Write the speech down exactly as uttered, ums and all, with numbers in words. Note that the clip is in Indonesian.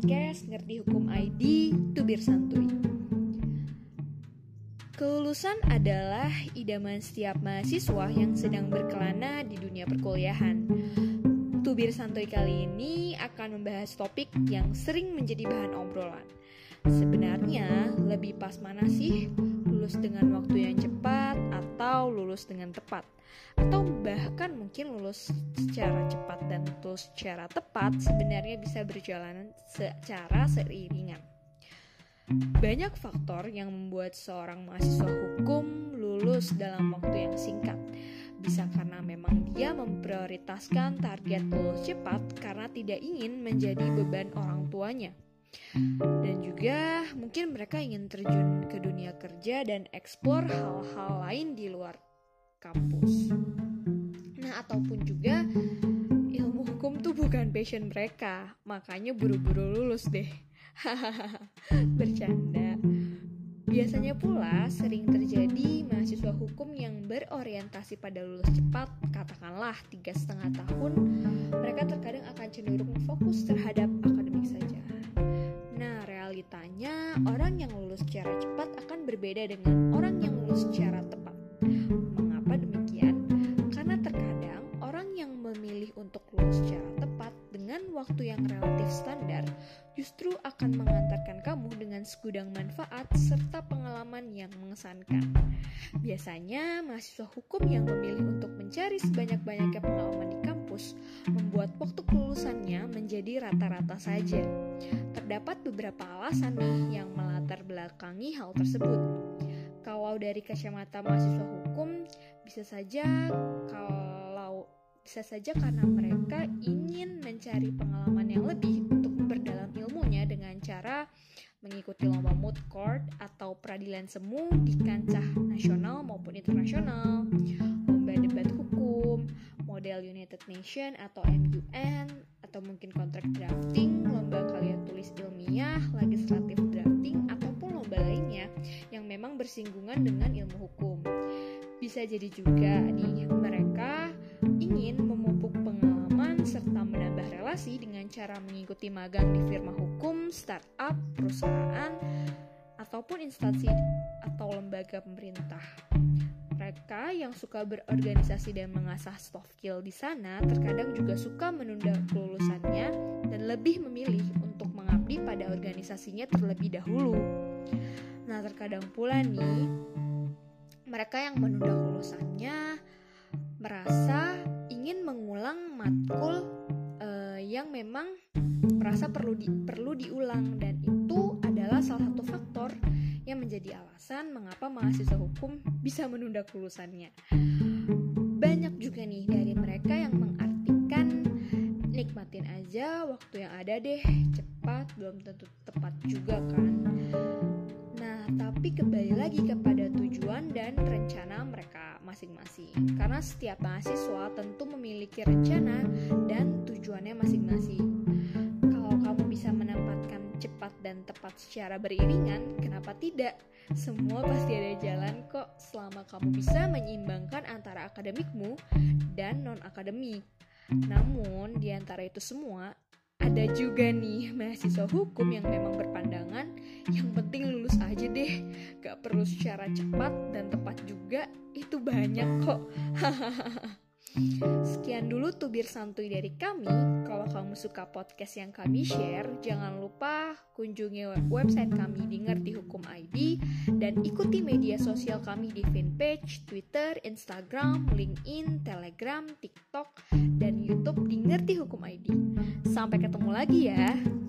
podcast Ngerti Hukum I D, Tubir Santuy. Kelulusan adalah idaman setiap mahasiswa yang sedang berkelana di dunia perkuliahan. Tubir Santuy kali ini akan membahas topik yang sering menjadi bahan obrolan. Sebenarnya lebih pas mana sih? Lulus dengan waktu yang cepat atau lulus dengan tepat? Atau bahkan mungkin lulus secara cepat dan lulus secara tepat sebenarnya bisa berjalan secara seiringan. Banyak faktor yang membuat seorang mahasiswa hukum lulus dalam waktu yang singkat. Bisa karena memang dia memprioritaskan target lulus cepat karena tidak ingin menjadi beban orang tuanya. Dan juga mungkin mereka ingin terjun ke dunia kerja dan eksplor hal-hal lain di luar kampus. Nah, ataupun juga ilmu hukum tuh bukan passion mereka, makanya buru-buru lulus deh. Bercanda. Biasanya pula sering terjadi mahasiswa hukum yang berorientasi pada lulus cepat, katakanlah tiga setengah tahun, mereka terkadang akan cenderung fokus terhadap akademik saja. Nah, realitanya orang yang lulus secara cepat akan berbeda dengan orang yang lulus secara tepat. Mengapa demikian? Karena terkadang orang yang memilih untuk lulus secara tepat dengan waktu yang relatif standar justru akan mengantarkan kamu dengan segudang manfaat serta pengalaman yang mengesankan. Biasanya mahasiswa hukum yang memilih untuk mencari sebanyak-banyaknya pengalaman di kampus membuat waktu kelulusannya menjadi rata-rata saja. Terdapat beberapa alasan nih yang melatar belakangi hal tersebut. Kalau dari kacamata mahasiswa hukum, bisa saja kalau bisa saja karena mereka ingin mencari pengalaman yang lebih untuk memperdalam ilmunya dengan cara mengikuti lomba moot court atau peradilan semu di kancah nasional maupun internasional, lomba debat hukum, model United Nations atau M U N, atau mungkin kontrak drafting, lomba karya tulis ilmiah, legislatif drafting, ataupun lomba lainnya yang memang bersinggungan dengan ilmu hukum. Bisa jadi juga nih mereka ingin memupuk pengalaman serta menambah relasi dengan cara mengikuti magang di firma hukum, startup, perusahaan, ataupun instansi atau lembaga pemerintah. Mereka yang suka berorganisasi dan mengasah soft skill di sana terkadang juga suka menunda kelulusannya dan lebih memilih untuk mengabdi pada organisasinya terlebih dahulu. Nah, terkadang pula nih mereka yang menunda kelulusannya merasa ingin mengulang matkul uh, yang memang merasa perlu di, perlu diulang, dan itu adalah salah satu faktor yang menjadi alasan mengapa mahasiswa hukum bisa menunda kelulusannya. Banyak juga nih dari mereka yang mengartikan nikmatin aja waktu yang ada deh, cepat belum tentu tepat juga kan. Nah, tapi kembali lagi kepada tujuan dan rencana mereka masing-masing. Karena setiap mahasiswa tentu memiliki rencana dan tujuannya masing-masing. Kalau kamu bisa menempatkan cepat dan tepat secara beriringan, kenapa tidak? Semua pasti ada jalan kok selama kamu bisa menyeimbangkan antara akademikmu dan non-akademik. Namun, di antara itu semua, ada juga nih mahasiswa hukum yang memang berpandangan yang penting lulus aja deh, gak perlu secara cepat dan tepat juga, itu banyak kok. Sekian dulu Tubir Santuy dari kami. Kalau kamu suka podcast yang kami share, jangan lupa kunjungi website kami di Ngerti Hukum I D dan ikuti media sosial kami di fanpage, Twitter, Instagram, LinkedIn, Telegram, TikTok, dan YouTube di Ngerti Hukum I D. Sampai ketemu lagi ya.